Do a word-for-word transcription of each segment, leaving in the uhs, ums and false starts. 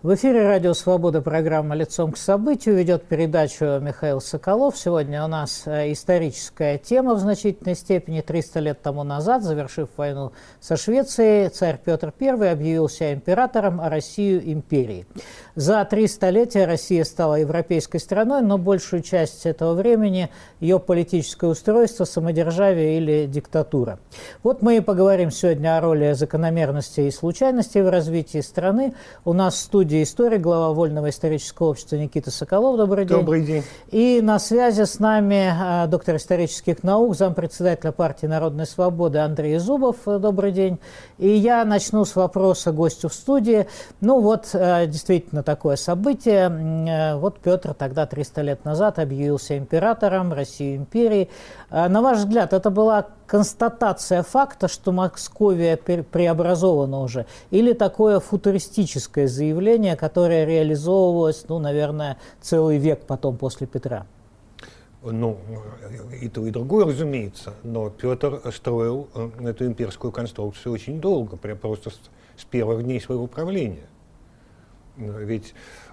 В эфире «Радио Свобода», программа «Лицом к событию». Ведет передачу Михаил Соколов. Сегодня у нас историческая тема в значительной степени. триста лет тому назад, завершив войну со Швецией, царь Петр Первый объявил себя императором, а Россию империей. За три столетия Россия стала европейской страной, но большую часть этого времени ее политическое устройство, самодержавие или диктатура. Вот мы и поговорим сегодня о роли закономерностей и случайностей в развитии страны. У нас в студии историк, глава Вольного исторического общества Никита Соколов. Добрый день. Добрый день. И на связи с нами а, доктор исторических наук, зампредседателя партии «Народная свобода» Андрей Зубов. Добрый день. И я начну с вопроса гостю в студии. Ну вот, а, действительно, такое событие. А, вот Петр тогда, триста лет назад, объявился императором, Россию империей. А, на ваш взгляд, это была констатация факта, что Московия преобразована уже, или такое футуристическое заявление, которое реализовывалось, ну, наверное, целый век потом после Петра? Ну, и то, и другое, разумеется, но Петр строил эту имперскую конструкцию очень долго, прям просто с, с первых дней своего правления. Ведь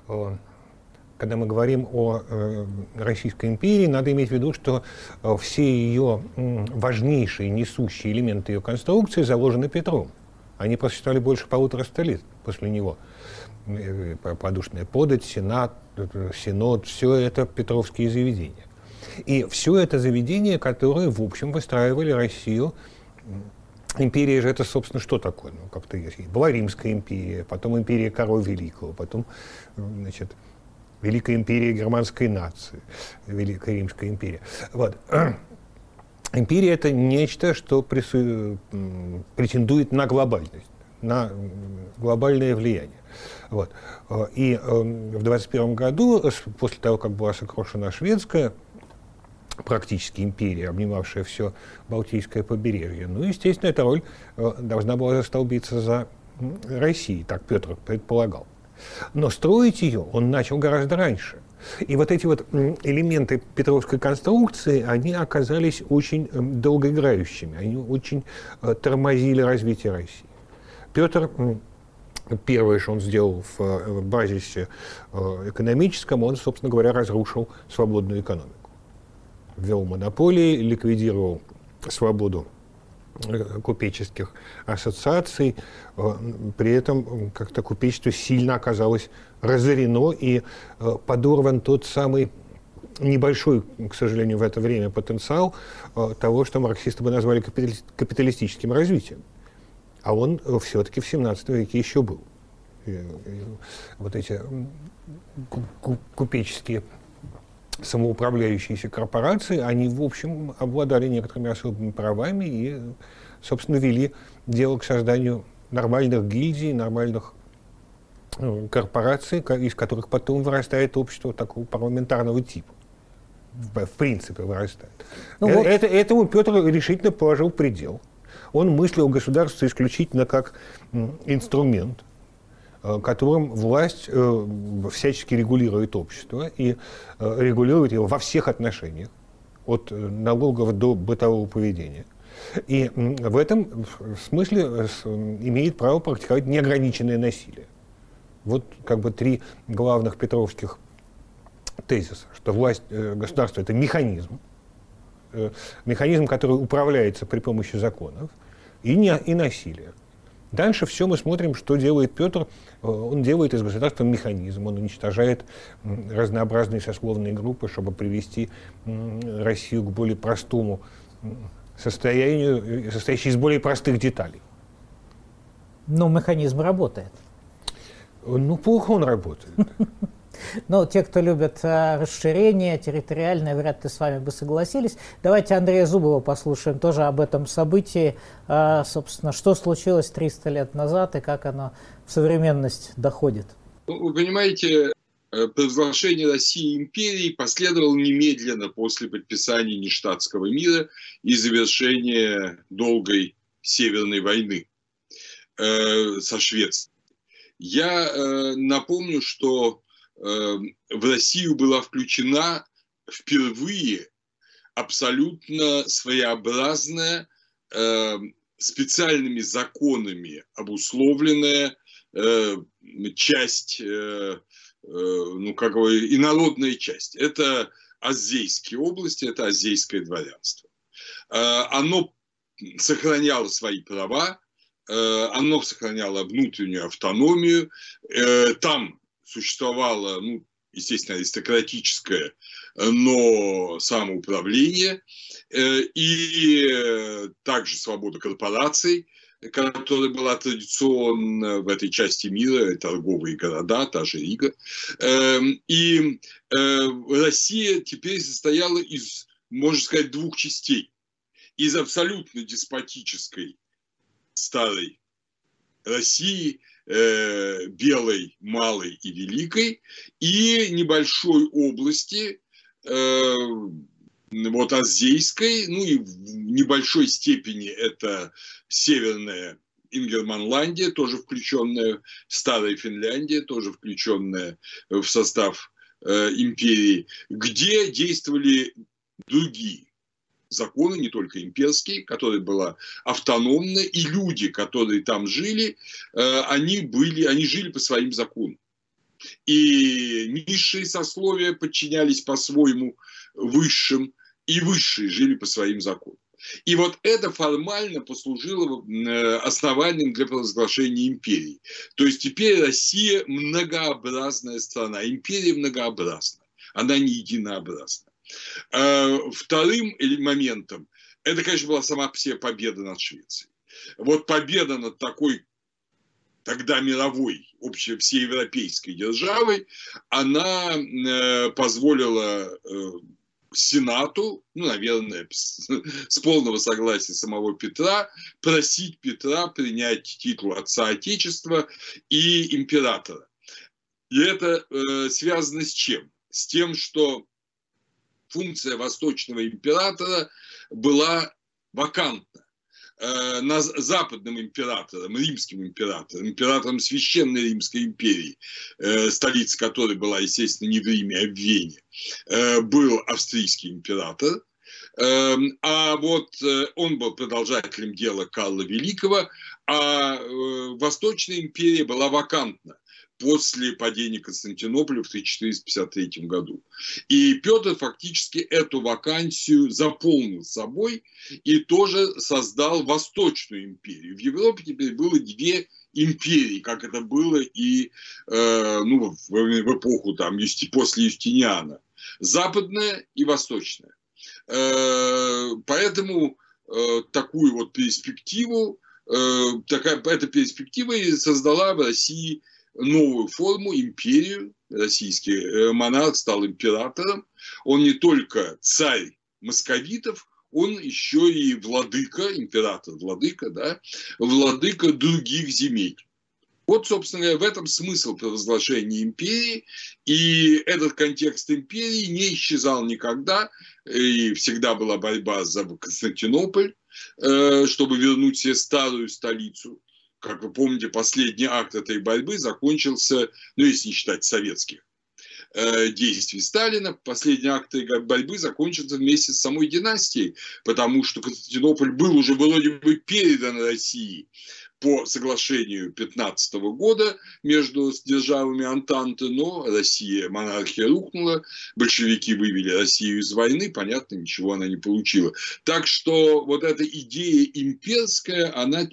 когда мы говорим о э, Российской империи, надо иметь в виду, что э, все ее э, важнейшие несущие элементы ее конструкции заложены Петром. Они просуществовали больше полутора ста лет после него. Э, подушная подать, сенат, э, синод, все это петровские заведения. И все это заведения, которые, в общем, выстраивали Россию. Империя же это, собственно, что такое? Ну, как-то есть. Была Римская империя, потом империя Карла Великого, потом, значит, Великая империя германской нации, Великая Римская империя. Вот. Империя — это нечто, что прису... претендует на глобальность, на глобальное влияние. Вот. И в двадцать первом году, после того, как была сокрушена шведская, практически империя, обнимавшая все Балтийское побережье, ну, естественно, эта роль должна была застолбиться за Россией, так Петр предполагал. Но строить ее он начал гораздо раньше. И вот эти вот элементы петровской конструкции, они оказались очень долгоиграющими, они очень тормозили развитие России. Петр, первое, что он сделал в базисе экономическом, он, собственно говоря, разрушил свободную экономику. Ввел монополии, ликвидировал свободу купеческих ассоциаций, при этом как-то купечество сильно оказалось разорено и подорван тот самый небольшой, к сожалению, в это время потенциал того, что марксисты бы назвали капиталистическим развитием. А он все-таки в семнадцатом веке еще был. И вот эти купеческие самоуправляющиеся корпорации, они, в общем, обладали некоторыми особыми правами и, собственно, вели дело к созданию нормальных гильдий, нормальных ну, корпораций, из которых потом вырастает общество такого парламентарного типа. В, в принципе, вырастает. Ну, это, вот. это, этому Петр решительно положил предел. Он мыслил государство исключительно как м, инструмент, которым власть э, всячески регулирует общество и э, регулирует его во всех отношениях, от налогов до бытового поведения. И э, в этом смысле э, имеет право практиковать неограниченное насилие. Вот как бы три главных петровских тезиса, что власть э, государства — это механизм, э, механизм, который управляется при помощи законов, и, не, и насилие. Дальше все мы смотрим, что делает Петр. Он делает из государства механизм, он уничтожает разнообразные сословные группы, чтобы привести Россию к более простому состоянию, состоящему из более простых деталей. Но механизм работает. Ну, плохо он работает. Ну, те, кто любят а, расширение территориальное, вряд ли с вами бы согласились. Давайте Андрея Зубова послушаем тоже об этом событии. А, собственно, что случилось триста лет назад и как оно в современность доходит. Вы понимаете, провозглашение России империей последовало немедленно после подписания Ништадтского мира и завершения долгой Северной войны э, со Швецией. Я э, напомню, что в Россию была включена впервые абсолютно своеобразная, специальными законами обусловленная э, часть, э, э, ну, как бы, инородная часть. Это Азейские области, это азейское дворянство. Э, оно сохраняло свои права, э, оно сохраняло внутреннюю автономию, э, там существовало, ну, естественно, аристократическое, но самоуправление, э, и также свобода корпораций, которая была традиционна в этой части мира, торговые города, та же Рига. И Россия теперь состояла из, можно сказать, двух частей. Из абсолютно деспотической старой России, белой, малой и великой, и небольшой области, вот азейской, ну и в небольшой степени это северная Ингерманландия, тоже включенная, старая Финляндия, тоже включенная в состав э, империи, где действовали другие законы, не только имперские, которые была автономна, и люди, которые там жили, э, они были, они жили по своим законам. И низшие сословия подчинялись по-своему высшим, и высшие жили по своим законам. И вот это формально послужило основанием для провозглашения империи. То есть теперь Россия многообразная страна. Империя многообразна, она не единообразна. Вторым моментом, это, конечно, была сама по себе победа над Швецией. Вот победа над такой тогда мировой, общей, всеевропейской державой, она позволила Сенату, ну, наверное, с полного согласия самого Петра, просить Петра принять титул отца Отечества и императора. И это э, связано с чем? С тем, что функция восточного императора была вакантна. На западным императором, римским императором, императором Священной Римской империи, столица которой была, естественно, не в Риме, а в Вене, был австрийский император. А вот он был продолжателем дела Карла Великого, а Восточная империя была вакантна после падения Константинополя в тысяча четыреста пятьдесят третьем году. И Петр фактически эту вакансию заполнил собой и тоже создал Восточную империю. В Европе теперь было две империи, как это было и э, ну, в, в эпоху там, после Юстиниана. Западная и Восточная. Э, поэтому э, такую вот перспективу, э, такая, эта перспектива и создала в России новую форму, империю. Российский монарх стал императором. Он не только царь московитов, он еще и владыка, император-владыка, да, владыка других земель. Вот, собственно говоря, в этом смысл провозглашения империи. И этот контекст империи не исчезал никогда. И всегда была борьба за Константинополь, чтобы вернуть себе старую столицу. Как вы помните, последний акт этой борьбы закончился, ну, если не считать советских э, действий Сталина, последний акт этой борьбы закончился вместе с самой династией, потому что Константинополь был уже вроде бы передан России по соглашению пятнадцатого года между державами Антанты, но Россия, монархия рухнула, большевики вывели Россию из войны, понятно, ничего она не получила. Так что вот эта идея имперская, она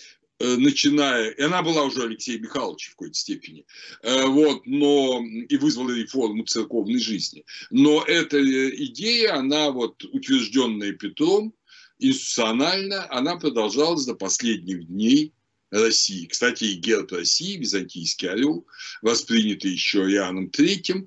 начиная, и она была уже Алексея Михайловича в какой-то степени, вот, но и вызвала реформу церковной жизни. Но эта идея, она вот утвержденная Петром, институционально, она продолжалась до последних дней России. Кстати, и герб России, византийский орел, воспринятый еще Иоанном Третьим,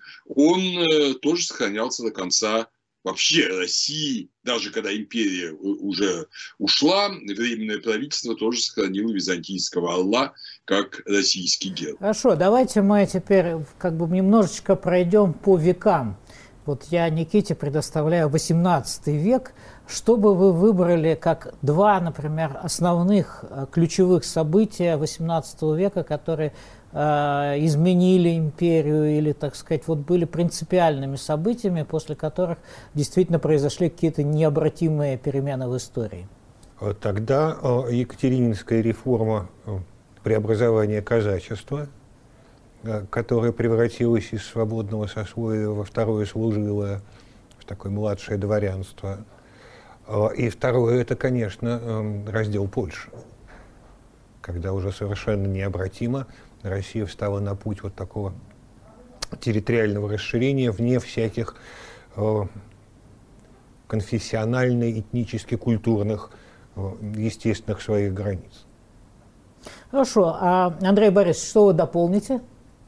он тоже сохранялся до конца вообще России, даже когда империя уже ушла, Временное правительство тоже сохранило византийского орла как российский герб. Хорошо, давайте мы теперь как бы немножечко пройдем по векам. Вот я Никите предоставляю восемнадцатый век. Что бы вы выбрали как два, например, основных ключевых события восемнадцатого века, которые э, изменили империю или, так сказать, вот были принципиальными событиями, после которых действительно произошли какие-то необратимые перемены в истории? Тогда Екатерининская реформа преобразование казачества, которое превратилось из свободного сословия во второе служилое, в такое младшее дворянство. И второе, это, конечно, раздел Польши, когда уже совершенно необратимо Россия встала на путь вот такого территориального расширения вне всяких конфессионально, этнически, культурных, естественных своих границ. Хорошо. А, Андрей Борисович, что вы дополните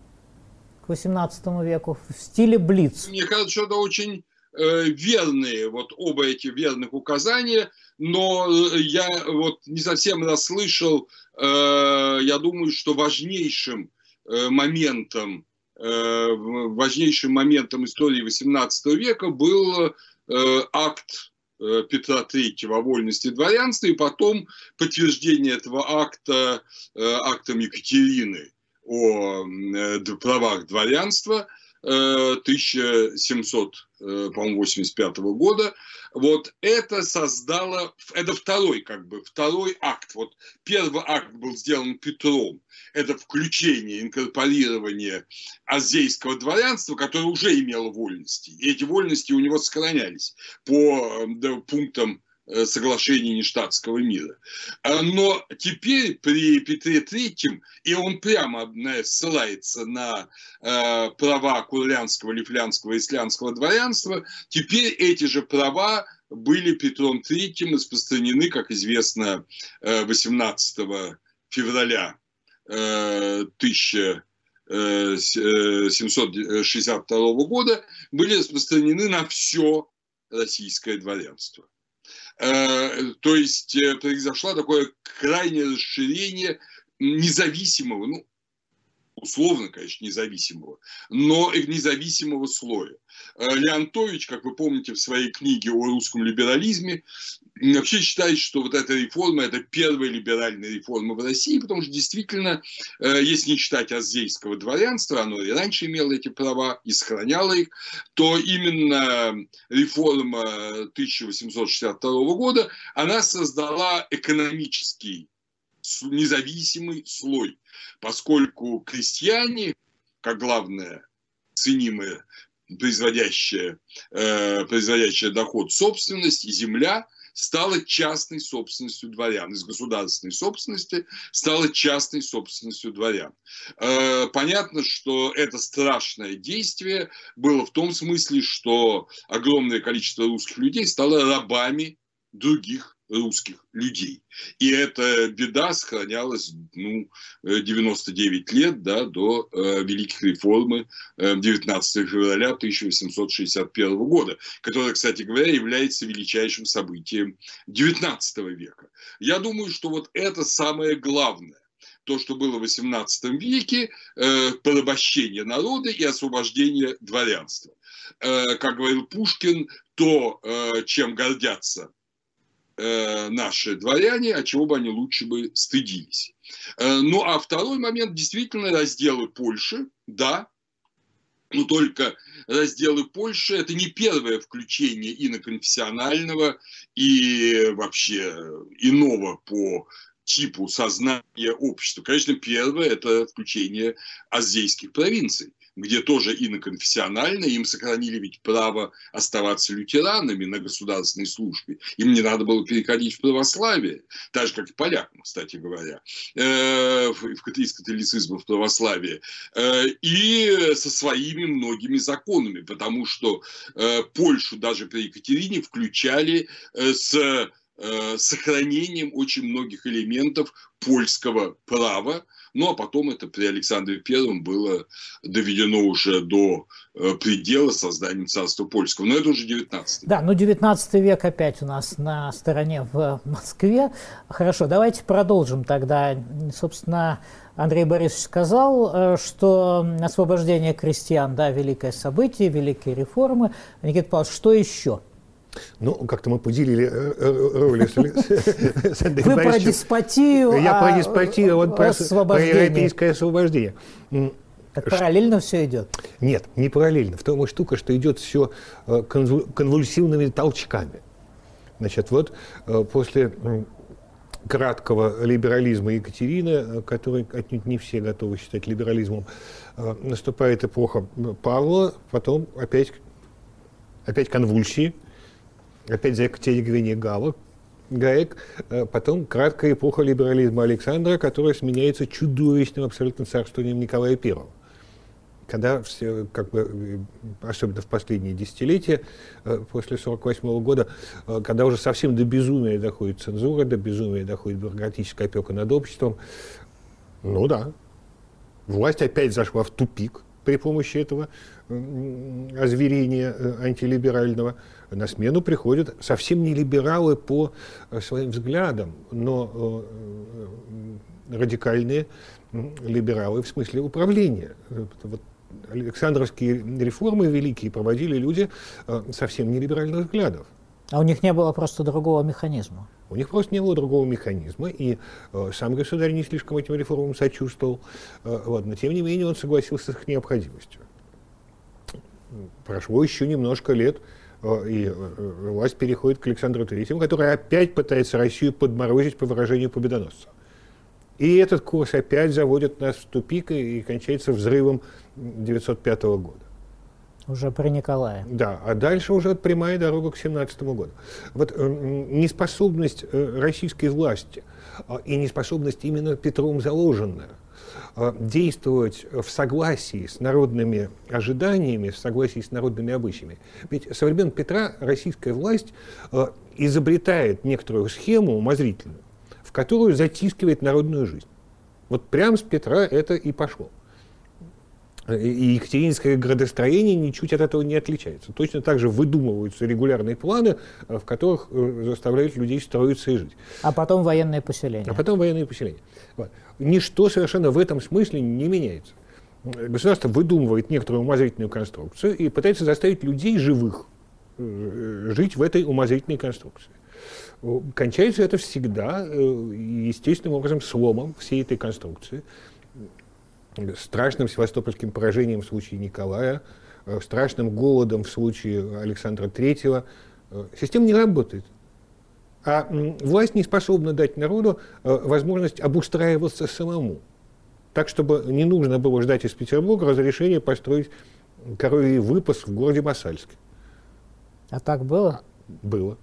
к восемнадцатому веку в стиле блиц? Мне кажется, что это очень э, верные, вот оба эти верных указания, но я вот не совсем расслышал, э, я думаю, что важнейшим э, моментом, э, важнейшим моментом истории восемнадцатого века был э, акт Петра Третьего о вольности дворянства, и потом подтверждение этого акта актом Екатерины о правах дворянства тысяча семьсот восемьдесят пятого года. Вот это создало, это второй, как бы, второй акт. Вот первый акт был сделан Петром. Это включение, инкорпорирование азейского дворянства, которое уже имело вольности. И эти вольности у него сохранялись по да, пунктам соглашения Ништадтского мира. Но теперь при Петре Третьем, и он прямо ссылается на э, права курлянского, лифлянского и ислянского дворянства, теперь эти же права были Петром Третьим распространены, как известно, восемнадцатого февраля тысяча семьсот шестьдесят второго года, были распространены на все российское дворянство. То есть произошло такое крайнее расширение независимого, ну, условно, конечно, независимого, но и независимого слоя. Леонтович, как вы помните в своей книге о русском либерализме, вообще считает, что вот эта реформа – это первая либеральная реформа в России, потому что действительно, если не считать азейского дворянства, оно и раньше имело эти права и сохраняло их, то именно реформа тысяча восемьсот шестьдесят второго года, она создала экономический независимый слой, поскольку крестьяне, как главное ценимое, производящая, э, производящая доход собственность и земля, стала частной собственностью дворян. Из государственной собственности стала частной собственностью дворян. Э, понятно, что это страшное действие было в том смысле, что огромное количество русских людей стало рабами других русских людей. И эта беда сохранялась ну, девяносто девять лет, да, до э, великих реформы э, девятнадцатого февраля тысяча восемьсот шестьдесят первого года, которая, кстати говоря, является величайшим событием девятнадцатого века. Я думаю, что вот это самое главное. То, что было в восемнадцатом веке, э, порабощение народа и освобождение дворянства. Э, как говорил Пушкин, то, э, чем гордятся наши дворяне, а чего бы они лучше бы стыдились. Ну, а второй момент, действительно, разделы Польши, да, но только разделы Польши – это не первое включение иноконфессионального и вообще иного по типу сознания общества. Конечно, первое – это включение азейских провинций, где тоже иноконфессионально, им сохранили ведь право оставаться лютеранами на государственной службе. Им не надо было переходить в православие, так же, как и полякам, кстати говоря, из католицизма в православие, и со своими многими законами, потому что Польшу даже при Екатерине включали с сохранением очень многих элементов польского права. Ну, а потом это при Александре Первом было доведено уже до предела созданием царства польского. Но это уже девятнадцатый. Да, ну девятнадцатый век опять у нас на стороне в Москве. Хорошо, давайте продолжим тогда. Собственно, Андрей Борисович сказал, что освобождение крестьян, да, великое событие, великие реформы. Никита Павлович, что еще? Ну, как-то мы поделили роли с Андреем Вы про деспотию, я про деспотию, он про европейское освобождение. Так параллельно все идет? Нет, не параллельно. В том и штука, что идет все конвульсивными толчками. Значит, вот после краткого либерализма Екатерины, который отнюдь не все готовы считать либерализмом, наступает эпоха Павла, потом опять, опять конвульсии, опять затягивание галок, гаек, потом краткая эпоха либерализма Александра, которая сменяется чудовищным абсолютно царствованием Николая Первого. Когда все, как бы, особенно в последние десятилетия, после сорок восьмого года, когда уже совсем до безумия доходит цензура, до безумия доходит бюрократическая опека над обществом, ну да, власть опять зашла в тупик при помощи этого озверения антилиберального. На смену приходят совсем не либералы по своим взглядам, но радикальные либералы в смысле управления. Вот Александровские реформы великие проводили люди совсем не либеральных взглядов. А у них не было просто другого механизма? У них просто не было другого механизма, и э, сам государь не слишком этим реформам сочувствовал, э, вот, но тем не менее он согласился с их необходимостью. Прошло еще немножко лет, э, и э, власть переходит к Александру Третьему, который опять пытается Россию подморозить, по выражению победоносца. И этот курс опять заводит нас в тупик и, и кончается взрывом девятьсот пятого года. Уже при Николае. Да, а дальше уже прямая дорога к семнадцатому году. Вот э, неспособность э, российской власти э, и неспособность именно Петром заложенная э, действовать в согласии с народными ожиданиями, в согласии с народными обычаями. Ведь со времен Петра российская власть э, изобретает некоторую схему умозрительную, в которую затискивает народную жизнь. Вот прямо с Петра это и пошло. И екатерининское градостроение ничуть от этого не отличается. Точно так же выдумываются регулярные планы, в которых заставляют людей строиться и жить. А потом военные поселения. А потом военные поселения. Вот. Ничто совершенно в этом смысле не меняется. Государство выдумывает некоторую умозрительную конструкцию и пытается заставить людей живых жить в этой умозрительной конструкции. Кончается это всегда естественным образом сломом всей этой конструкции, страшным севастопольским поражением в случае Николая, страшным голодом в случае Александра Третьего. Система не работает. А власть не способна дать народу возможность обустраиваться самому. Так, чтобы не нужно было ждать из Петербурга разрешения построить коровий выпас в городе Масальске. А так было? Было.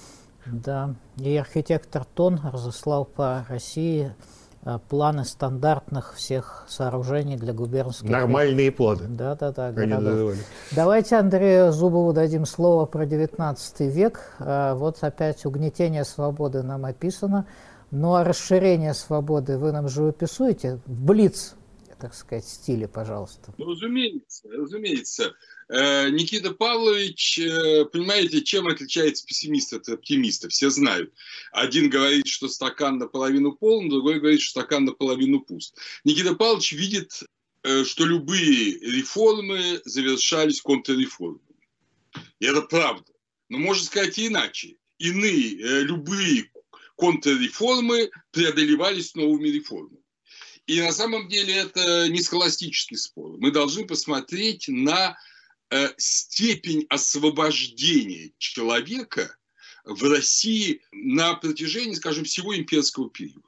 Да. И архитектор Тон разослал по России планы стандартных всех сооружений для губернских... Нормальные планы. Да, да, да. Городов. Давайте Андрею Зубову дадим слово про девятнадцатый век. Вот опять угнетение свободы нам описано. Ну а расширение свободы вы нам живописуете в блиц, так сказать, стиле, пожалуйста. Ну, разумеется, разумеется. Никита Павлович, понимаете, чем отличается пессимист от оптимиста? Все знают. Один говорит, что стакан наполовину полон, другой говорит, что стакан наполовину пуст. Никита Павлович видит, что любые реформы завершались контрреформами. И это правда. Но можно сказать и иначе. Иные, любые контрреформы преодолевались новыми реформами. И на самом деле это не схоластический спор. Мы должны посмотреть на э, степень освобождения человека в России на протяжении, скажем, всего имперского периода.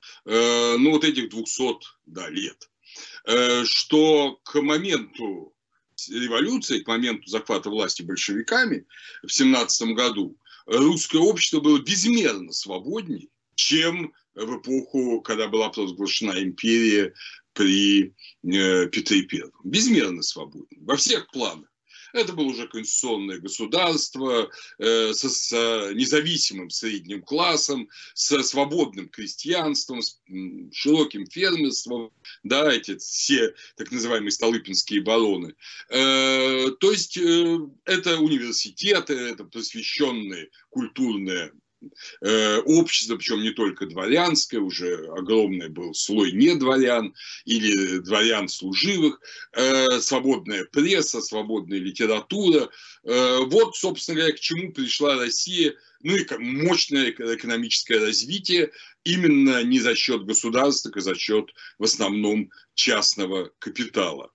Э, ну, вот этих двухсот да, лет. Э, что к моменту революции, к моменту захвата власти большевиками в семнадцатом году русское общество было безмерно свободнее, чем в эпоху, когда была провозглашена империя при э, Петре Первом. Безмерно свободен во всех планах. Это было уже конституционное государство э, со, с независимым средним классом, со свободным крестьянством, с м, широким фермерством, да, эти все так называемые столыпинские бароны. Э, то есть э, это университеты, это просвещенное культурное общество, причем не только дворянское, уже огромный был слой недворян или дворян служивых, свободная пресса, свободная литература. Вот, собственно говоря, к чему пришла Россия, ну и мощное экономическое развитие именно не за счет государства, а за счет в основном частного капитала.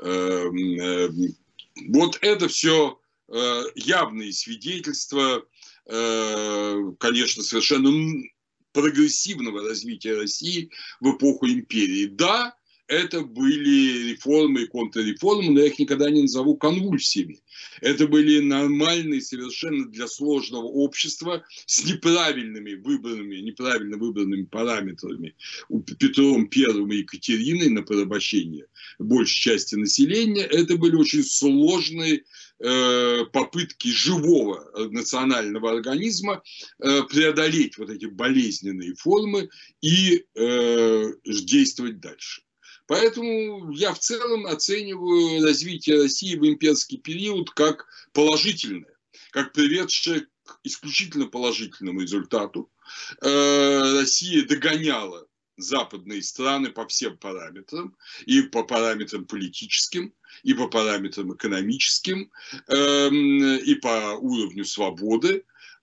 Вот это все явные свидетельства, конечно, совершенно прогрессивного развития России в эпоху империи. Да, это были реформы и контрреформы, но я их никогда не назову конвульсиями. Это были нормальные совершенно для сложного общества с неправильными выбранными, неправильно выбранными параметрами у Петром Первым и Екатериной на порабощение большей части населения. Это были очень сложные э, попытки живого национального организма э, преодолеть вот эти болезненные формы и э, действовать дальше. Поэтому я в целом оцениваю развитие России в имперский период как положительное, как приведшее к исключительно положительному результату. Россия догоняла западные страны по всем параметрам, и по параметрам политическим, и по параметрам экономическим, и по уровню свободы.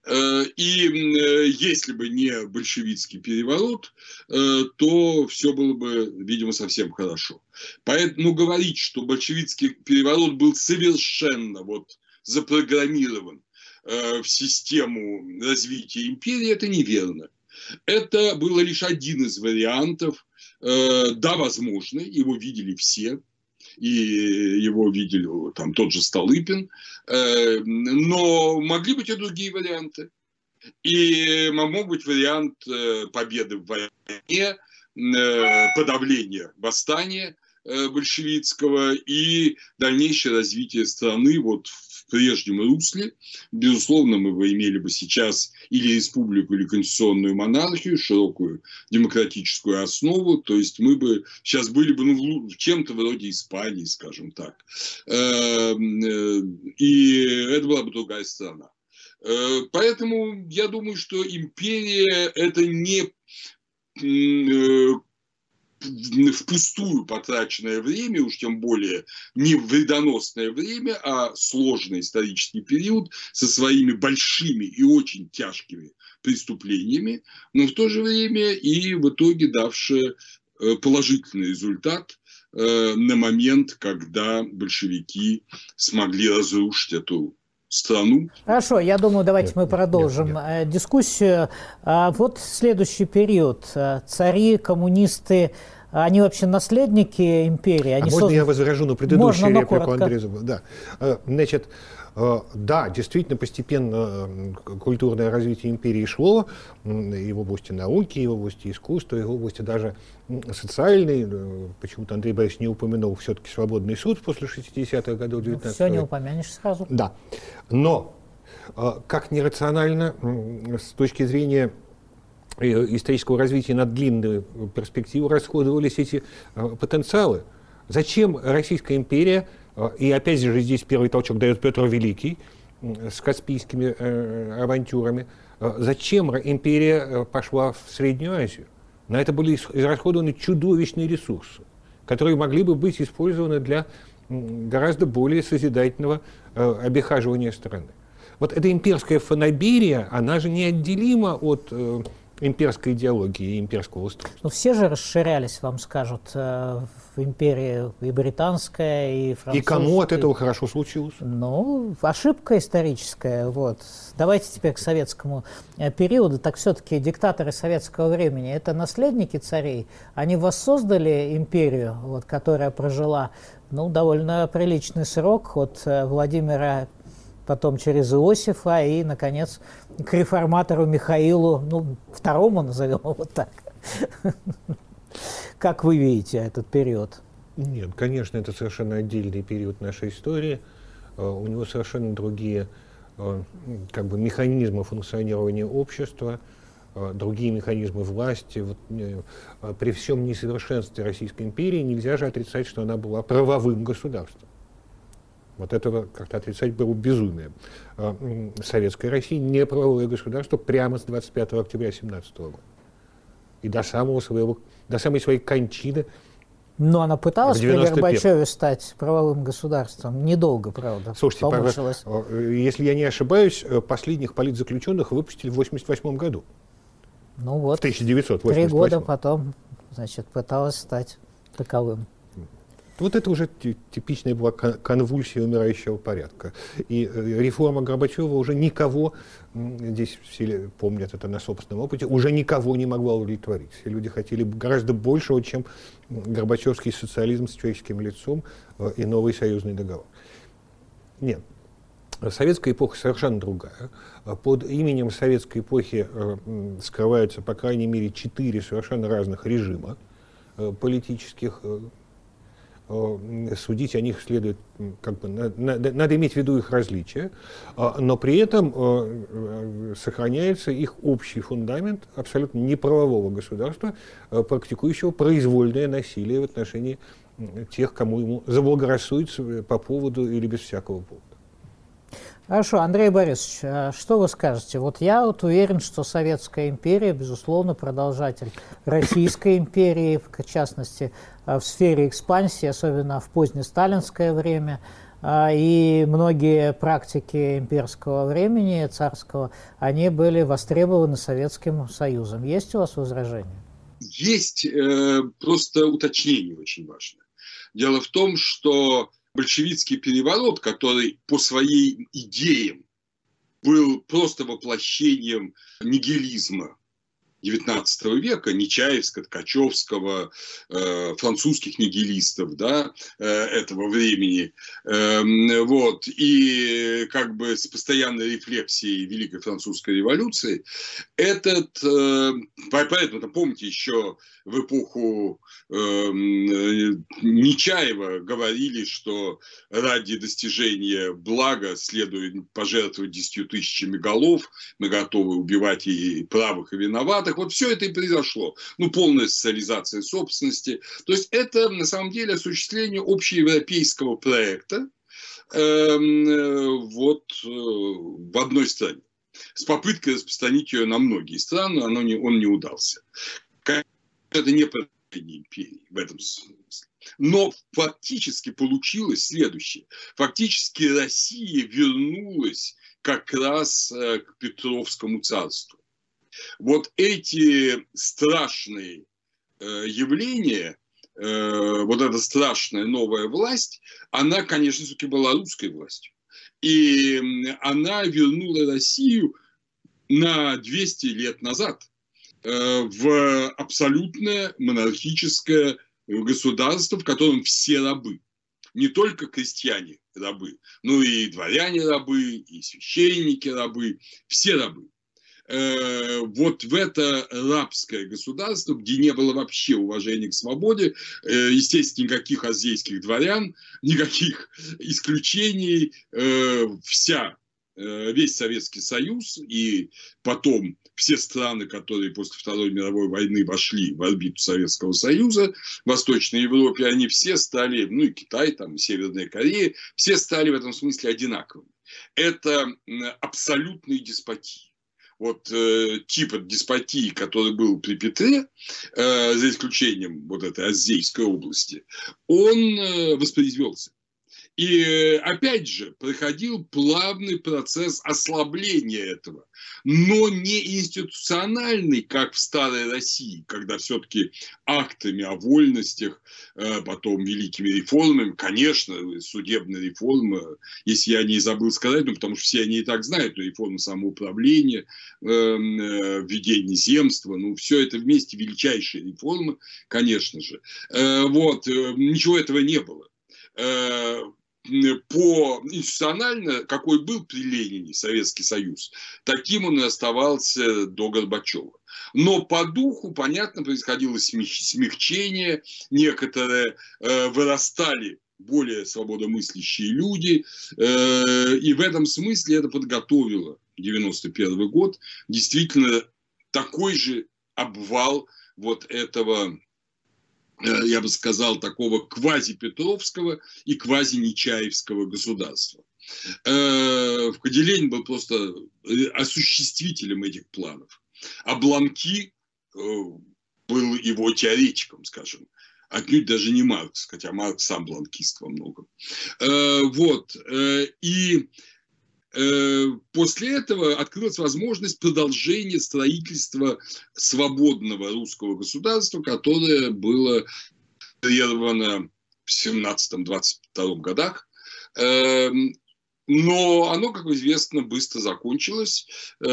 И если бы не большевистский переворот, то все было бы, видимо, совсем хорошо. Поэтому говорить, что большевистский переворот был совершенно вот запрограммирован в систему развития империи, это неверно. Это было лишь один из вариантов, да, возможный, его видели все. И его видели там тот же Столыпин, но могли быть и другие варианты. И мог быть вариант победы в войне, подавления восстания большевистского и дальнейшее развитие страны вот в прежнем русле. Безусловно, мы бы имели бы сейчас или республику, или конституционную монархию, широкую демократическую основу. То есть мы бы сейчас были бы ну, чем-то вроде Испании, скажем так. И это была бы другая страна. Поэтому я думаю, что империя – это не впустую потраченное время, уж тем более не вредоносное время, а сложный исторический период со своими большими и очень тяжкими преступлениями, но в то же время и в итоге давшее положительный результат на момент, когда большевики смогли разрушить эту страну. Хорошо, я думаю, давайте мы продолжим нет, нет. дискуссию. Вот следующий период. Цари, коммунисты, они вообще наследники империи? Они а можно создан... я возражу на предыдущую можно, реплику Андрея Зубова? Да. Значит, да, действительно, постепенно культурное развитие империи шло и в области науки, и в области искусства, и в области даже социальной. Почему-то Андрей Борисович не упомянул все-таки свободный суд после шестидесятых годов девятнадцатого века. Ну, все не упомянешь сразу. Да. Но как нерационально с точки зрения исторического развития на длинную перспективу расходовались эти потенциалы. Зачем Российская империя, и опять же здесь первый толчок дает Петр Великий с каспийскими э, авантюрами, зачем империя пошла в Среднюю Азию? На это были израсходованы чудовищные ресурсы, которые могли бы быть использованы для гораздо более созидательного э, обихаживания страны. Вот эта имперская фанаберия, она же неотделима от э, имперской идеологии и имперского устройства. Но все же расширялись, вам скажут, э, в империи и британская, и французская. И кому от этого хорошо случилось? Ну, ошибка историческая. Вот. Давайте теперь к советскому э, периоду. Так все-таки диктаторы советского времени – это наследники царей. Они воссоздали империю, вот, которая прожила ну, довольно приличный срок от э, Владимира, потом через Иосифа и, наконец, к реформатору Михаилу, ну, второму назовем его вот так. Как вы видите этот период? Нет, конечно, это совершенно отдельный период нашей истории. У него совершенно другие как бы, механизмы функционирования общества, другие механизмы власти. Вот, при всем несовершенстве Российской империи нельзя же отрицать, что она была правовым государством. Вот этого как-то отрицать было безумие. Советская Россия не правовое государство прямо с двадцать пятого октября семнадцатого года. И до, самого своего, до самой своей кончины. Но она пыталась при Горбачеве стать правовым государством. Недолго, правда. Слушайте, помучилась. Если я не ошибаюсь, последних политзаключенных выпустили в восемьдесят восьмом году. Ну вот, в тысяча девятьсот восемьдесят восьмом. Три года потом, значит, пыталась стать таковым. Вот это уже типичная была конвульсия умирающего порядка. И реформа Горбачева уже никого, здесь все помнят это на собственном опыте, уже никого не могла удовлетворить. Все люди хотели гораздо большего, чем горбачевский социализм с человеческим лицом и новый союзный договор. Нет. Советская эпоха совершенно другая. Под именем советской эпохи скрываются, по крайней мере, четыре совершенно разных режима политических. Судить о них следует, как бы, надо, надо иметь в виду их различия, но при этом сохраняется их общий фундамент абсолютно неправового государства, практикующего произвольное насилие в отношении тех, кому ему заблагорассудится по поводу или без всякого повода. Хорошо, Андрей Борисович, что вы скажете? Вот я вот уверен, что Советская империя, безусловно, продолжатель Российской империи, в частности, в сфере экспансии, особенно в позднесталинское время, и многие практики имперского времени, царского, они были востребованы Советским Союзом. Есть у вас возражения? Есть, э, просто уточнение очень важное. Дело в том, что большевистский переворот, который по своим идеям был просто воплощением нигилизма девятнадцатого века, Нечаевского, Ткачевского, э, французских нигилистов, да, э, этого времени, э, вот, и как бы с постоянной рефлексией Великой Французской революции, этот, э, поэтому, там, помните, еще в эпоху э, Нечаева говорили, что ради достижения блага следует пожертвовать десятью тысячами голов, мы готовы убивать и правых, и виноватых. Вот все это и произошло. Ну, полная социализация собственности. То есть это на самом деле осуществление общеевропейского проекта э, вот э, в одной стране. С попыткой распространить ее на многие страны, оно не, он не удался. Это не продолжение империи в этом смысле. Но фактически получилось следующее. Фактически Россия вернулась как раз к Петровскому царству. Вот эти страшные э, явления, э, вот эта страшная новая власть, она, конечно, все-таки была русской властью. И она вернула Россию на двести лет назад э, в абсолютное монархическое государство, в котором все рабы. Не только крестьяне рабы, но и дворяне рабы, и священники рабы, все рабы. Вот в это рабское государство, где не было вообще уважения к свободе, естественно, никаких азейских дворян, никаких исключений, вся, весь Советский Союз и потом все страны, которые после Второй мировой войны вошли в орбиту Советского Союза, в Восточной Европе, они все стали, ну и Китай, там, и Северная Корея, все стали в этом смысле одинаковыми. Это абсолютные деспотии. Вот э, типа деспотии, который был при Петре, э, за исключением вот этой Азейской области, он э, воспроизвелся. И э, опять же проходил плавный процесс ослабления этого, но не институциональный, как в старой России, когда все-таки актами о вольностях, э, потом великими реформами, конечно, судебная реформа, если я не забыл сказать, ну, потому что все они и так знают, реформа самоуправления, э, введение земства, ну, все это вместе величайшие реформы, конечно же. Э, вот, э, ничего этого не было. Э, По институционально, какой был при Ленине Советский Союз, таким он и оставался до Горбачева. Но по духу, понятно, происходило смягчение, некоторые э, вырастали более свободомыслящие люди, э, и в этом смысле это подготовило девяносто первый год, действительно такой же обвал вот этого, я бы сказал, такого квази-петровского и квази-нечаевского государства. Ленин был просто осуществителем этих планов. А Бланки был его теоретиком, скажем. Отнюдь даже не Маркс, хотя Маркс сам бланкист во многом. Вот. И после этого открылась возможность продолжения строительства свободного русского государства, которое было прервано семнадцатом-двадцать втором годах. Но оно, как известно, быстро закончилось.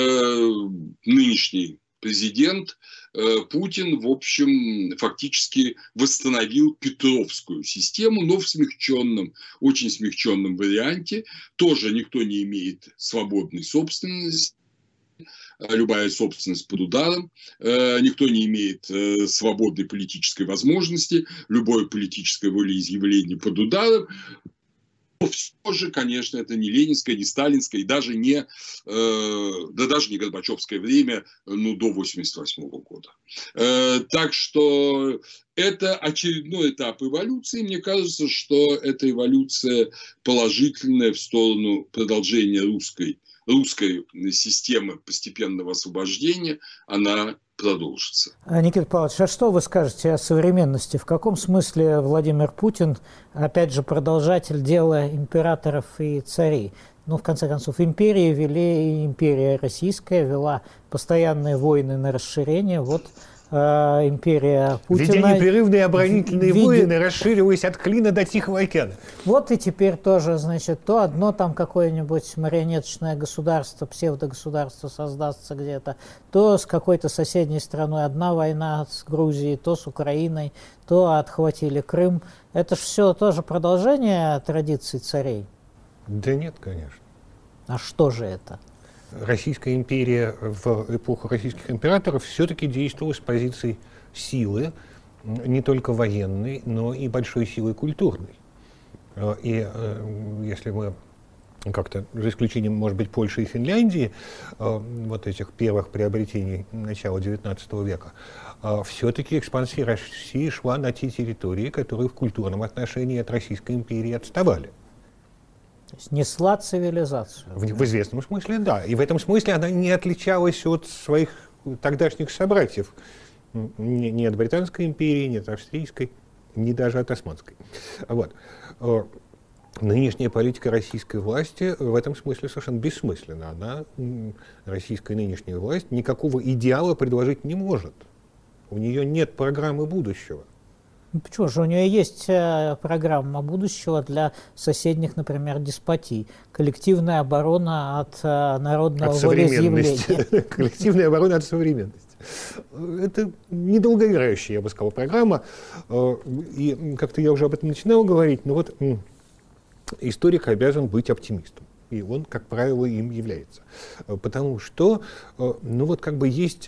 Нынешний президент Путин, в общем, фактически восстановил петровскую систему, но в смягченном, очень смягченном варианте. Тоже никто не имеет свободной собственности. Любая собственность под ударом, никто не имеет свободной политической возможности, любое политическое волеизъявление под ударом. Но все же, конечно, это не ленинское, не сталинское, и даже не, да даже не Горбачевское время, ну, до восемьдесят восьмого года. Так что это очередной этап эволюции. Мне кажется, что эта эволюция положительная в сторону продолжения русской русской системы постепенного освобождения, она продолжится. Никита Павлович, а что вы скажете о современности? В каком смысле Владимир Путин, опять же, продолжатель дела императоров и царей? Ну, в конце концов, империи вели, и империя российская вела постоянные войны на расширение. Вот э, империя Путина... Ведя непрерывные оборонительные виде... войны, расшириваясь от Клина до Тихого океана. Вот и теперь тоже, значит, то одно там какое-нибудь марионеточное государство, псевдогосударство создастся где-то, то с какой-то соседней страной одна война с Грузией, то с Украиной, то отхватили Крым. Это же все тоже продолжение традиций царей. Да нет, конечно. А что же это? Российская империя в эпоху российских императоров все-таки действовала с позицией силы, не только военной, но и большой силы культурной. И если мы как-то, за исключением, может быть, Польши и Финляндии, вот этих первых приобретений начала девятнадцатого века, все-таки экспансия России шла на те территории, которые в культурном отношении от Российской империи отставали. То есть несла цивилизацию. В, в известном смысле, да. И в этом смысле она не отличалась от своих тогдашних собратьев. Ни, ни от Британской империи, ни от Австрийской, ни даже от Османской. Вот. Нынешняя политика российской власти в этом смысле совершенно бессмысленна. Она, российская нынешняя власть, никакого идеала предложить не может. У нее нет программы будущего. Ну, почему же? У нее есть э, программа будущего для соседних, например, деспотий. Коллективная оборона от э, народного волеизъявления. Коллективная оборона от современности. Это недолгоиграющая, я бы сказал, программа. И как-то я уже об этом начинал говорить, но вот историк обязан быть оптимистом. И он, как правило, им является. Потому что, ну вот как бы есть...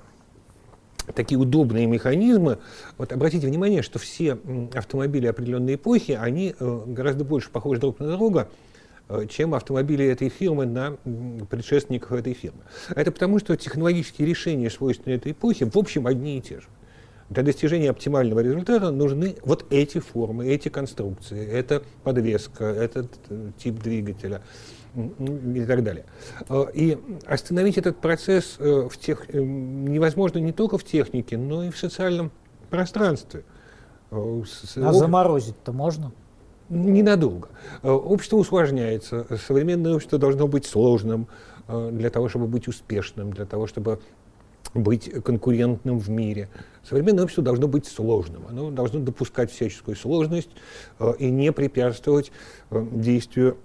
такие удобные механизмы. Вот обратите внимание, что все автомобили определенной эпохи, они гораздо больше похожи друг на друга, чем автомобили этой фирмы на предшественников этой фирмы. Это потому, что технологические решения, свойственные этой эпохе, в общем, одни и те же. Для достижения оптимального результата нужны вот эти формы, эти конструкции, это подвеска, этот тип двигателя и так далее. И остановить этот процесс в тех... невозможно не только в технике, но и в социальном пространстве. А Об... заморозить-то можно? Ненадолго. Общество усложняется. Современное общество должно быть сложным для того, чтобы быть успешным, для того, чтобы быть конкурентным в мире. Современное общество должно быть сложным. Оно должно допускать всяческую сложность и не препятствовать действию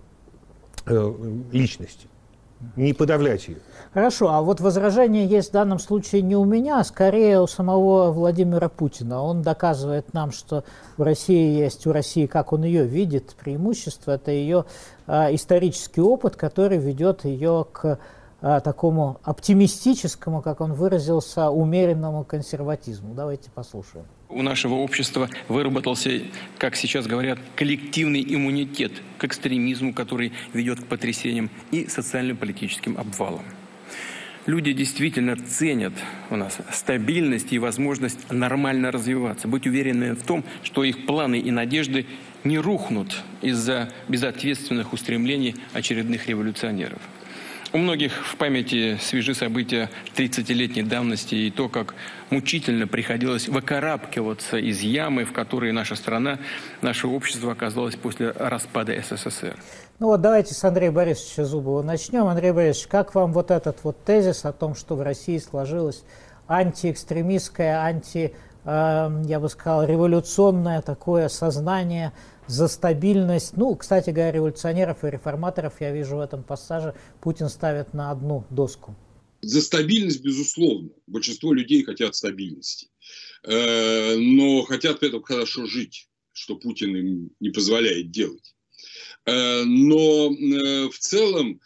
личности, не подавлять ее. Хорошо, а вот возражение есть в данном случае не у меня, а скорее у самого Владимира Путина. Он доказывает нам, что в России есть, у России, как он ее видит, преимущество, это ее э, исторический опыт, который ведет ее к э, такому оптимистическому, как он выразился, умеренному консерватизму. Давайте послушаем. У нашего общества выработался, как сейчас говорят, коллективный иммунитет к экстремизму, который ведет к потрясениям и социально-политическим обвалам. Люди действительно ценят у нас стабильность и возможность нормально развиваться, быть уверенными в том, что их планы и надежды не рухнут из-за безответственных устремлений очередных революционеров. У многих в памяти свежи события тридцатилетней давности и то, как мучительно приходилось выкарабкиваться из ямы, в которой наша страна, наше общество оказалось после распада СССР. Ну вот давайте с Андрея Борисовича Зубова начнем. Андрей Борисович, как вам вот этот вот тезис о том, что в России сложилась антиэкстремистская, анти я бы сказал, революционное такое сознание за стабильность. Ну, кстати говоря, революционеров и реформаторов, я вижу в этом пассаже, Путин ставит на одну доску. За стабильность, безусловно. Большинство людей хотят стабильности. Но хотят при этом хорошо жить, что Путин им не позволяет делать. Но в целом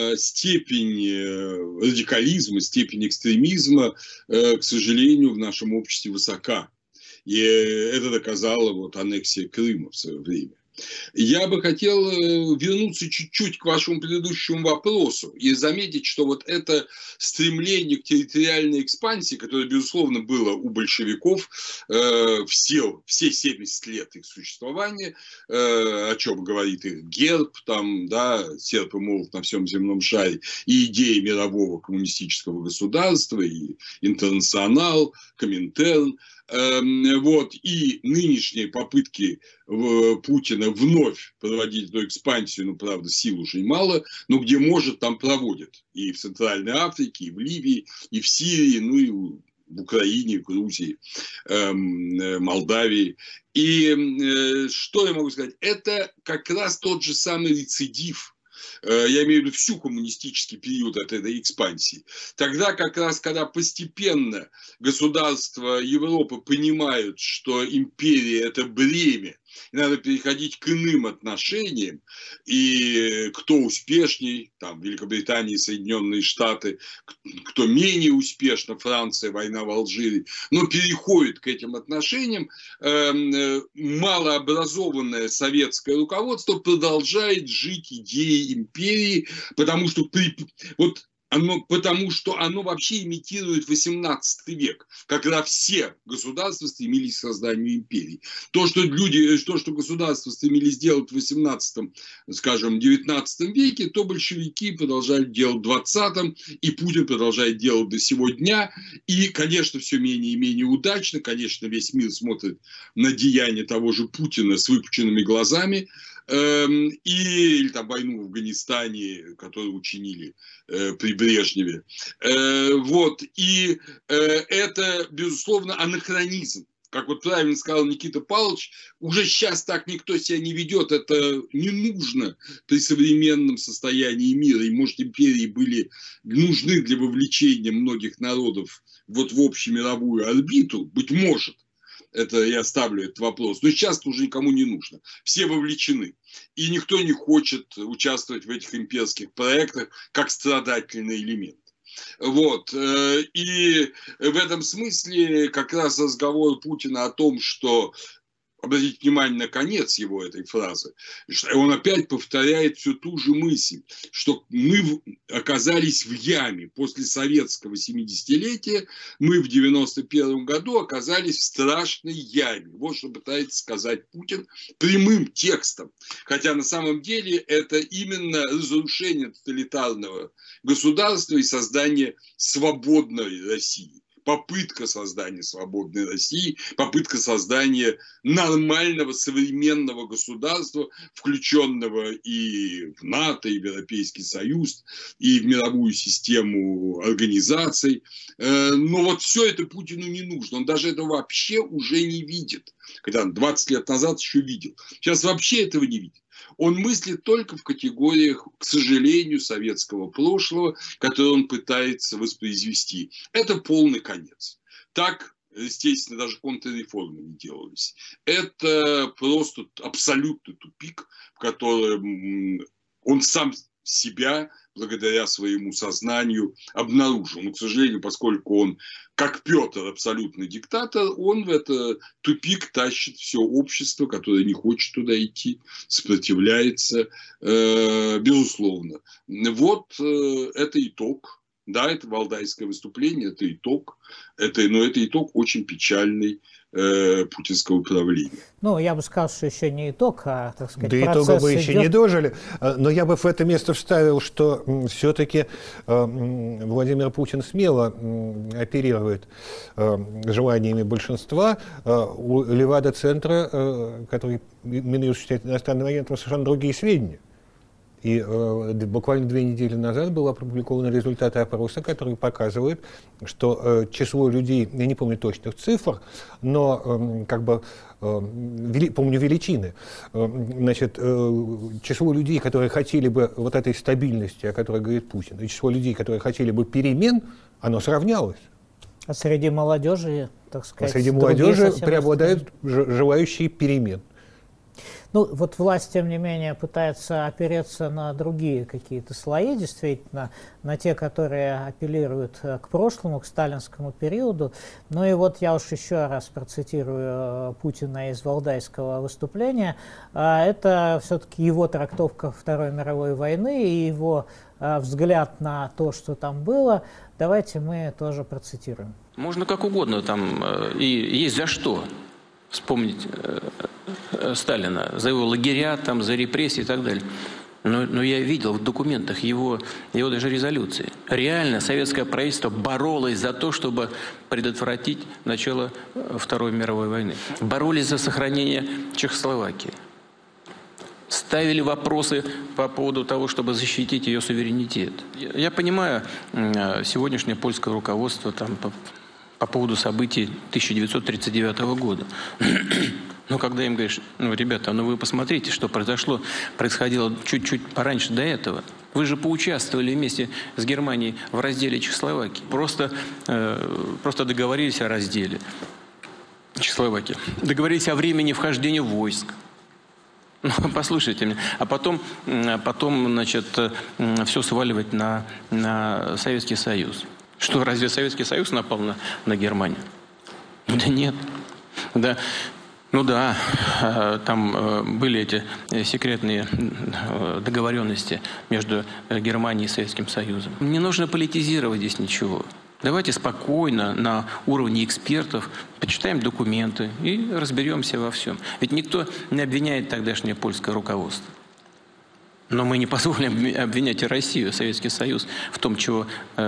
степень радикализма, степень экстремизма, к сожалению, в нашем обществе высока. И это доказала вот аннексия Крыма в свое время. Я бы хотел вернуться чуть-чуть к вашему предыдущему вопросу и заметить, что вот это стремление к территориальной экспансии, которое, безусловно, было у большевиков э, все, все семьдесят лет их существования, э, о чем говорит их герб, там, да, серп и молот на всем земном шаре, и идея мирового коммунистического государства, и интернационал, Коминтерн, вот, и нынешние попытки Путина вновь проводить эту экспансию, ну, правда, сил уже мало, но где может, там проводят. И в Центральной Африке, и в Ливии, и в Сирии, ну, и в Украине, в Грузии, Молдавии. И что я могу сказать? Это как раз тот же самый рецидив. Я имею в виду всю коммунистический период от этой экспансии. Тогда как раз, когда постепенно государства Европы понимают, что империя – это бремя, и надо переходить к иным отношениям, и кто успешней, там, Великобритания, Соединенные Штаты, кто менее успешно, Франция, война в Алжире, но переходит к этим отношениям, э, малообразованное советское руководство продолжает жить идеей империи, потому что при, вот Оно, потому что оно вообще имитирует восемнадцатый век, когда все государства стремились к созданию империи. То, что люди, то, что государства стремились сделать в восемнадцатом, скажем, девятнадцатом веке, то большевики продолжали делать в двадцатом, и Путин продолжает делать до сего дня. И, конечно, все менее и менее удачно. Конечно, весь мир смотрит на деяния того же Путина с выпученными глазами. И, или там войну в Афганистане, которую учинили э, при Брежневе. Э, вот. И э, это, безусловно, анахронизм. Как вот правильно сказал Никита Павлович, уже сейчас так никто себя не ведет. Это не нужно при современном состоянии мира. И, может, империи были нужны для вовлечения многих народов вот в общемировую орбиту, быть может. Это я ставлю этот вопрос. Но сейчас уже никому не нужно. Все вовлечены. И никто не хочет участвовать в этих имперских проектах как страдательный элемент. Вот. И в этом смысле как раз разговор Путина о том, что... Обратите внимание на конец его этой фразы. Он опять повторяет всю ту же мысль, что мы оказались в яме. После советского семидесятилетия мы в девяносто первом году оказались в страшной яме. Вот что пытается сказать Путин прямым текстом. Хотя на самом деле это именно разрушение тоталитарного государства и создание свободной России. Попытка создания свободной России, попытка создания нормального современного государства, включенного и в НАТО, и в Европейский Союз, и в мировую систему организаций. Но вот все это Путину не нужно. Он даже этого вообще уже не видит. Когда он двадцать лет назад еще видел. Сейчас вообще этого не видит. Он мыслит только в категориях, к сожалению, советского прошлого, которое он пытается воспроизвести. Это полный конец. Так, естественно, даже контрреформы не делались. Это просто абсолютный тупик, в котором он сам себя, благодаря своему сознанию, обнаружил. Но, к сожалению, поскольку он, как Петр, абсолютный диктатор, он в этот тупик тащит все общество, которое не хочет туда идти, сопротивляется, э, безусловно. Вот э, это итог. Да, это валдайское выступление, это итог. Это, но это итог очень печальный э, путинского правления. Ну, я бы сказал, что еще не итог, а, так сказать, до итога мы еще идет... не дожили. Но я бы в это место вставил, что все-таки э, Владимир Путин смело э, оперирует э, желаниями большинства. Э, у Левада-центра, э, который Минюст считает иностранным агентом, совершенно другие сведения. И э, буквально две недели назад были опубликованы результаты опроса, которые показывают, что э, число людей, я не помню точных цифр, но э, как бы, э, вели, помню величины, э, значит, э, число людей, которые хотели бы вот этой стабильности, о которой говорит Путин, и число людей, которые хотели бы перемен, оно сравнялось. А среди молодежи, так сказать, а среди молодежи преобладают желающие перемен. Ну, вот власть, тем не менее, пытается опереться на другие какие-то слои, действительно, на те, которые апеллируют к прошлому, к сталинскому периоду. Ну и вот я уж еще раз процитирую Путина из валдайского выступления. Это все-таки его трактовка Второй мировой войны и его взгляд на то, что там было. Давайте мы тоже процитируем. Можно как угодно там, и есть за что вспомнить Сталина, за его лагеря, там, за репрессии и так далее. Но, но я видел в документах его, его даже резолюции. Реально советское правительство боролось за то, чтобы предотвратить начало Второй мировой войны. Боролись за сохранение Чехословакии. Ставили вопросы по поводу того, чтобы защитить ее суверенитет. Я, я понимаю сегодняшнее польское руководство там, по, по поводу событий тысяча девятьсот тридцать девятого года. Но когда им говоришь, ну, ребята, ну вы посмотрите, что произошло, происходило чуть-чуть пораньше до этого. Вы же поучаствовали вместе с Германией в разделе Чехословакии. Просто, э, просто договорились о разделе Чехословакии. Договорились о времени вхождения войск. Ну, послушайте меня. А потом, потом значит, все сваливать на, на Советский Союз. Что, разве Советский Союз напал на, на Германию? Да нет. Да. Ну да, там были эти секретные договоренности между Германией и Советским Союзом. Не нужно политизировать здесь ничего. Давайте спокойно, на уровне экспертов, почитаем документы и разберемся во всем. Ведь никто не обвиняет тогдашнее польское руководство. Но мы не позволим обвинять и Россию, Советский Союз в том, чего,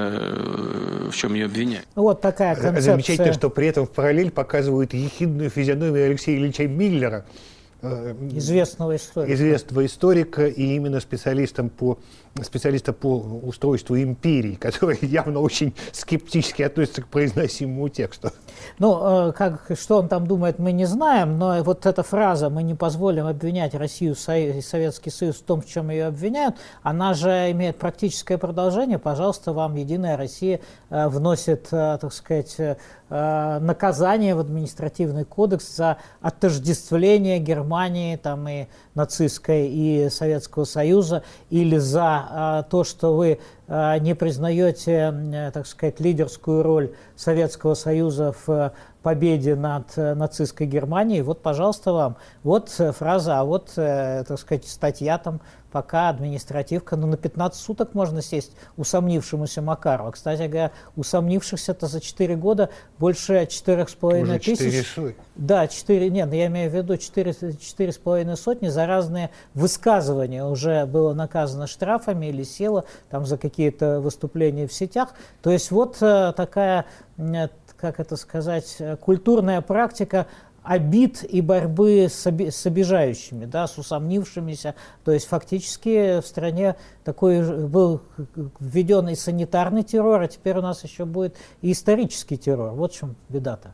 э, в чем ее обвиняют. Вот такая концепция. Замечательно, что при этом в параллель показывают ехидную физиономию Алексея Ильича Миллера, известного историка. известного историка и именно специалиста по, специалиста по устройству империи, который явно очень скептически относится к произносимому тексту. Ну, как, что он там думает, мы не знаем, но вот эта фраза «мы не позволим обвинять Россию и Советский Союз в том, в чем ее обвиняют», она же имеет практическое продолжение. Пожалуйста, вам «Единая Россия» вносит, так сказать, наказание в административный кодекс за отождествление Германии там, и нацистской, и Советского Союза, или за то, что вы не признаете, так сказать, лидерскую роль Советского Союза в победе над нацистской Германией. Вот, пожалуйста, вам. Вот фраза, а вот, так сказать, статья там пока административка. Ну, на пятнадцать суток можно сесть усомнившемуся Макарова. Кстати говоря, усомнившихся-то за четыре года больше четырех с половиной тысяч. Да, четыре, нет, я имею в виду четыре, четыре с половиной сотни за разные высказывания. Уже было наказано штрафами или село там за какие-то выступления в сетях. То есть вот такая, как это сказать, культурная практика обид и борьбы с, оби с обижающими, да, с усомнившимися. То есть фактически в стране такой был введен и санитарный террор, а теперь у нас еще будет и исторический террор. Вот в чем беда-то.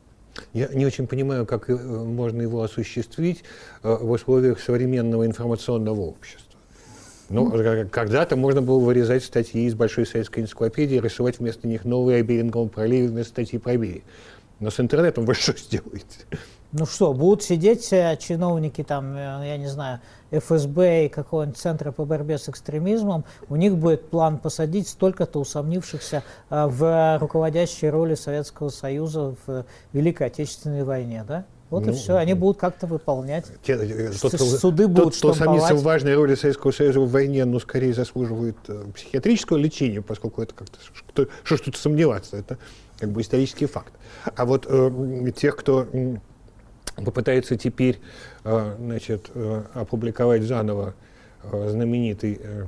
Я не очень понимаю, как можно его осуществить в условиях современного информационного общества. Ну, когда-то можно было вырезать статьи из Большой советской энциклопедии и рассылать вместо них новые о Беринговом проливе вместо статьи про Берия. Но с интернетом вы что сделаете? Ну что, будут сидеть чиновники, там, я не знаю, эф эс бэ и какого-нибудь центра по борьбе с экстремизмом, у них будет план посадить столько-то усомнившихся в руководящей роли Советского Союза в Великой Отечественной войне, да? Вот ну, и все, они будут как-то выполнять. Те, тот, суды тот, будут кто штамповать. сомнится в важной роли Советского Союза в войне, ну, скорее заслуживает э, психиатрического лечения, поскольку это как-то, что, что ж тут сомневаться, это как бы исторический факт. А вот э, тех, кто э, попытается теперь э, значит, э, опубликовать заново э, знаменитый э,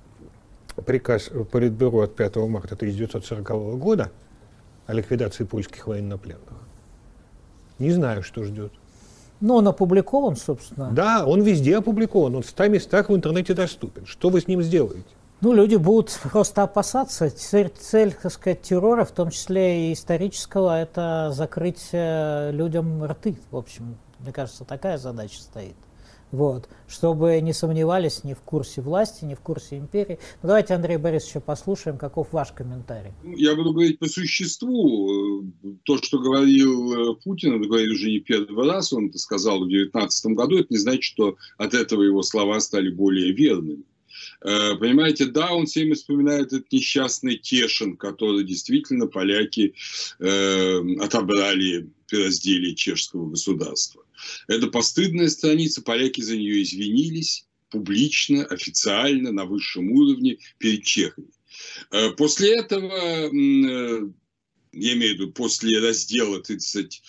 приказ Политбюро от пятого марта тысяча девятьсот сорокового года о ликвидации польских военнопленных, не знаю, что ждет. Ну, он опубликован, собственно. Да, он везде опубликован, он в ста местах в интернете доступен. Что вы с ним сделаете? Ну, люди будут просто опасаться. Цель, цель, так сказать, террора, в том числе и исторического, это закрыть людям рты, в общем. Мне кажется, такая задача стоит. Вот. Чтобы не сомневались ни в курсе власти, ни в курсе империи. Ну, давайте, Андрей Борисович, послушаем, каков ваш комментарий. Я буду говорить по существу. То, что говорил Путин, это говорит уже не первый раз, он это сказал в две тысячи девятнадцатом году, это не значит, что от этого его слова стали более верными. Понимаете, да, он все время вспоминает этот несчастный Тешин, который действительно поляки э, отобрали при разделе чешского государства. Это постыдная страница, поляки за нее извинились публично, официально, на высшем уровне перед чехами. После этого, я имею в виду, после раздела тридцать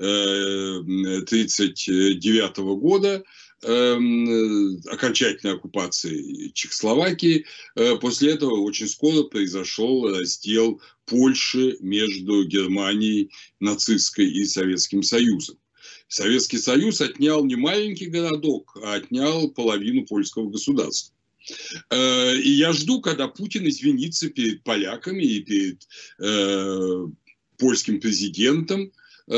девятого года, окончательной оккупации Чехословакии, после этого очень скоро произошел раздел Польши между Германией нацистской и Советским Союзом. Советский Союз отнял не маленький городок, а отнял половину польского государства. И я жду, когда Путин извинится перед поляками и перед э, польским президентом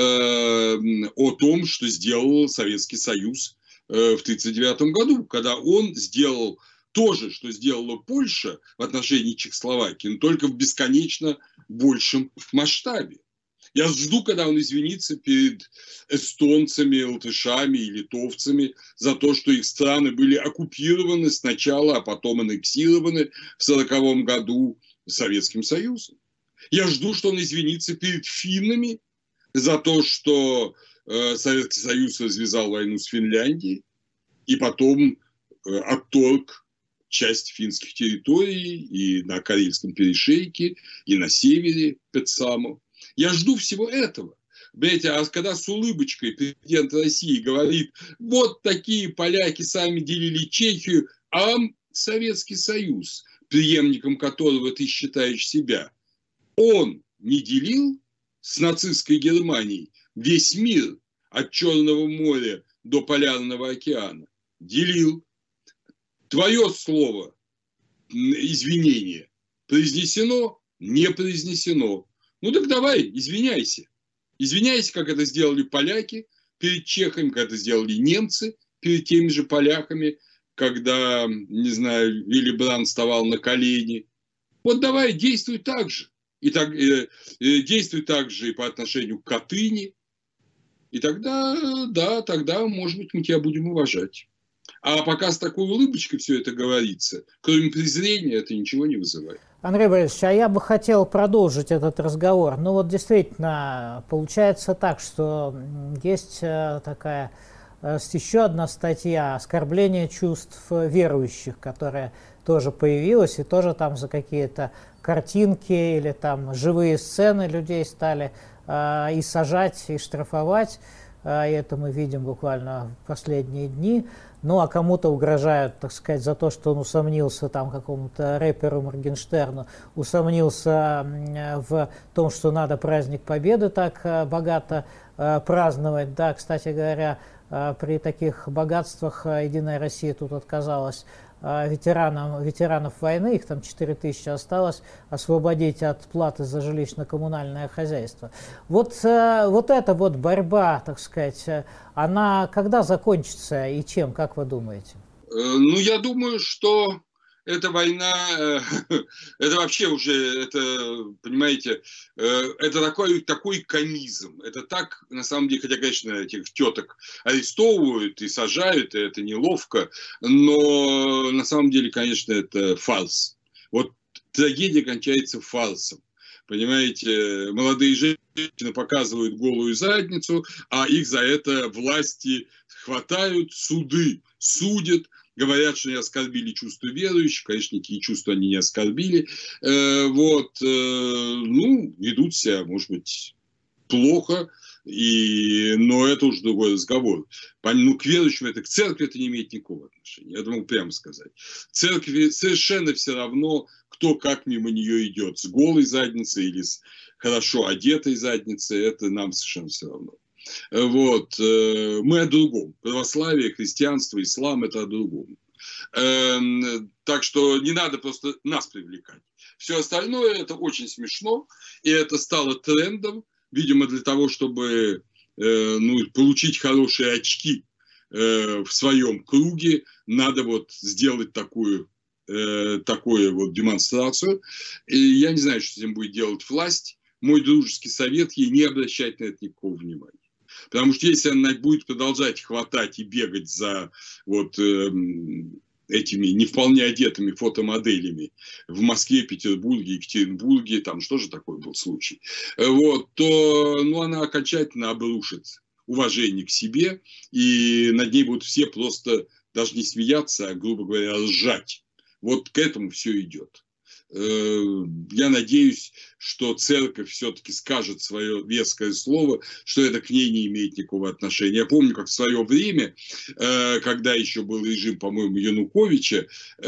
э, о том, что сделал Советский Союз в тысяча девятьсот тридцать девятом году, когда он сделал то же, что сделала Польша в отношении Чехословакии, но только в бесконечно большем масштабе. Я жду, когда он извинится перед эстонцами, латышами и литовцами за то, что их страны были оккупированы сначала, а потом аннексированы в сороковом году Советским Союзом. Я жду, что он извинится перед финнами за то, что Советский Союз развязал войну с Финляндией и потом отторг часть финских территорий и на Карельском перешейке, и на севере Петсамо. Я жду всего этого. Понимаете, а когда с улыбочкой президент России говорит, вот такие поляки сами делили Чехию, а Советский Союз, преемником которого ты считаешь себя, он не делил с нацистской Германией весь мир от Черного моря до Полярного океана? Делил. Твое слово, извинение, произнесено? Не произнесено. Ну так давай, извиняйся. Извиняйся, как это сделали поляки перед чехами, как это сделали немцы перед теми же поляками, когда, не знаю, Вилли Брандт вставал на колени. Вот давай, действуй так же. И так, э, э, действуй так же и по отношению к Катыни. И тогда, да, тогда, может быть, мы тебя будем уважать. А пока с такой улыбочкой все это говорится, кроме презрения, это ничего не вызывает. Андрей Борисович, а я бы хотел продолжить этот разговор. Ну вот действительно, получается так, что есть такая еще одна статья «Оскорбление чувств верующих», которая тоже появилась, и тоже там за какие-то картинки или там живые сцены людей стали э, и сажать, и штрафовать. Э, и это мы видим буквально в последние дни. Ну, а кому-то угрожают, так сказать, за то, что он усомнился, там, какому-то рэперу Моргенштерну, усомнился в том, что надо праздник Победы так богато праздновать. Да, кстати говоря, при таких богатствах Единая Россия тут отказалась ветеранам, ветеранов войны, их там четыре тысячи осталось, освободить от платы за жилищно-коммунальное хозяйство. Вот, вот эта вот борьба, так сказать, она когда закончится и чем, как вы думаете? Ну, я думаю, что эта война, это вообще уже, это, понимаете, это такой, такой комизм. Это так, на самом деле, хотя, конечно, этих теток арестовывают и сажают, и это неловко, но на самом деле, конечно, это фарс. Вот трагедия кончается фарсом. Понимаете, молодые женщины показывают голую задницу, а их за это власти хватают, суды судят, говорят, что они оскорбили чувства верующих. Конечно, никакие чувства они не оскорбили. Э, вот, э, ну, ведут себя, может быть, плохо, и, но это уже другой разговор. Ну, к верующим, это, к церкви это не имеет никакого отношения. Я думаю, прямо сказать. Церкви совершенно все равно, кто как мимо нее идет. С голой задницей или с хорошо одетой задницей, это нам совершенно все равно. Вот. Мы о другом. Православие, христианство, ислам – это о другом. Так что не надо просто нас привлекать. Все остальное – это очень смешно, и это стало трендом, видимо, для того, чтобы ну, получить хорошие очки в своем круге, надо вот сделать такую, такую вот демонстрацию. И я не знаю, что с этим будет делать власть. Мой дружеский совет ей не обращать на это никакого внимания. Потому что если она будет продолжать хватать и бегать за вот э, этими не вполне одетыми фотомоделями в Москве, Петербурге, Екатеринбурге, там что же такой был случай, вот, то ну, она окончательно обрушит уважение к себе, и над ней будут все просто даже не смеяться, а, грубо говоря, ржать. Вот к этому все идет. Я надеюсь, что церковь все-таки скажет свое веское слово, что это к ней не имеет никакого отношения. Я помню, как в свое время, когда еще был режим, по-моему, Януковича,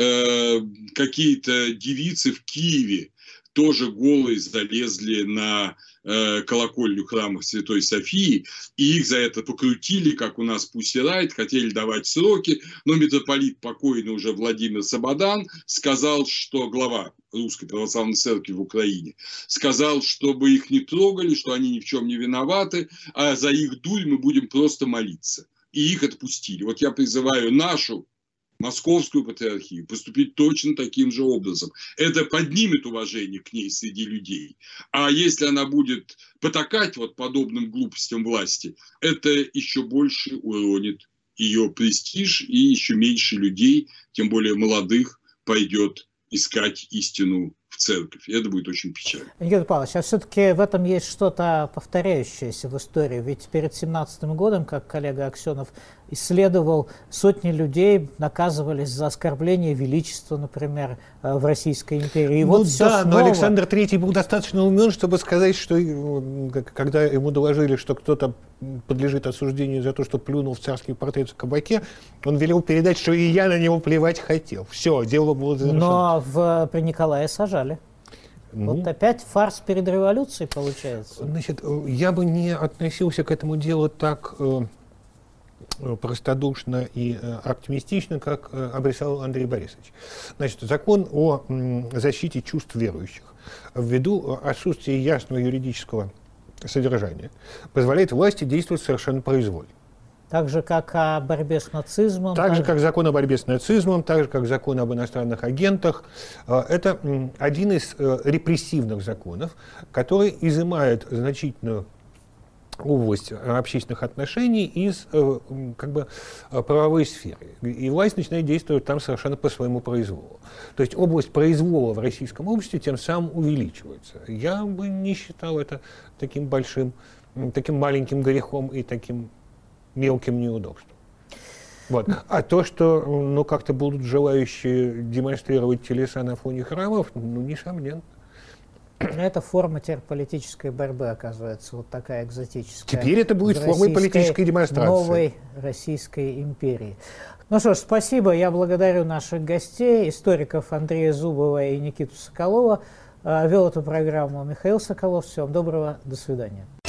какие-то девицы в Киеве тоже голые залезли на э, колокольню храма Святой Софии, и их за это покрутили, как у нас Pussy Riot, хотели давать сроки, но митрополит покойный уже Владимир Сабадан сказал, что глава Русской Православной Церкви в Украине, сказал, чтобы их не трогали, что они ни в чем не виноваты, а за их дурь мы будем просто молиться. И их отпустили. Вот я призываю нашу Московскую патриархию поступить точно таким же образом. Это поднимет уважение к ней среди людей. А если она будет потакать вот подобным глупостям власти, это еще больше уронит ее престиж, и еще меньше людей, тем более молодых, пойдет искать истину в церковь. И это будет очень печально. Юрий Павлович, а все-таки в этом есть что-то повторяющееся в истории. Ведь перед семнадцатым годом, как коллега Аксенов исследовал, сотни людей наказывались за оскорбление величества, например, в Российской империи. И ну вот да, снова... но Александр Третий был достаточно умен, чтобы сказать, что когда ему доложили, что кто-то подлежит осуждению за то, что плюнул в царский портрет в кабаке, он велел передать, что и я на него плевать хотел. Все, дело было завершено. Но в, при Николае сажали. Ну, вот опять фарс перед революцией получается. Значит, я бы не относился к этому делу так э, простодушно и э, оптимистично, как э, обрисовал Андрей Борисович. Значит, закон о м, защите чувств верующих ввиду отсутствия ясного юридического содержания позволяет власти действовать совершенно произвольно. Так же, как о борьбе с нацизмом. Так же, как закон о борьбе с нацизмом, так же, как закон об иностранных агентах. Это один из репрессивных законов, который изымает значительную область общественных отношений из как бы, правовой сферы. И власть начинает действовать там совершенно по своему произволу. То есть область произвола в российском обществе тем самым увеличивается. Я бы не считал это таким большим, таким маленьким грехом и таким мелким неудобством. Вот. А то, что ну, как-то будут желающие демонстрировать телеса на фоне храмов, ну, несомненно. Это форма теперь политической борьбы, оказывается, вот такая экзотическая. Теперь это будет формой политической демонстрации. Новой Российской империи. Ну что ж, спасибо. Я благодарю наших гостей, историков Андрея Зубова и Никиту Соколова. Вел эту программу Михаил Соколов. Всего вам доброго. До свидания.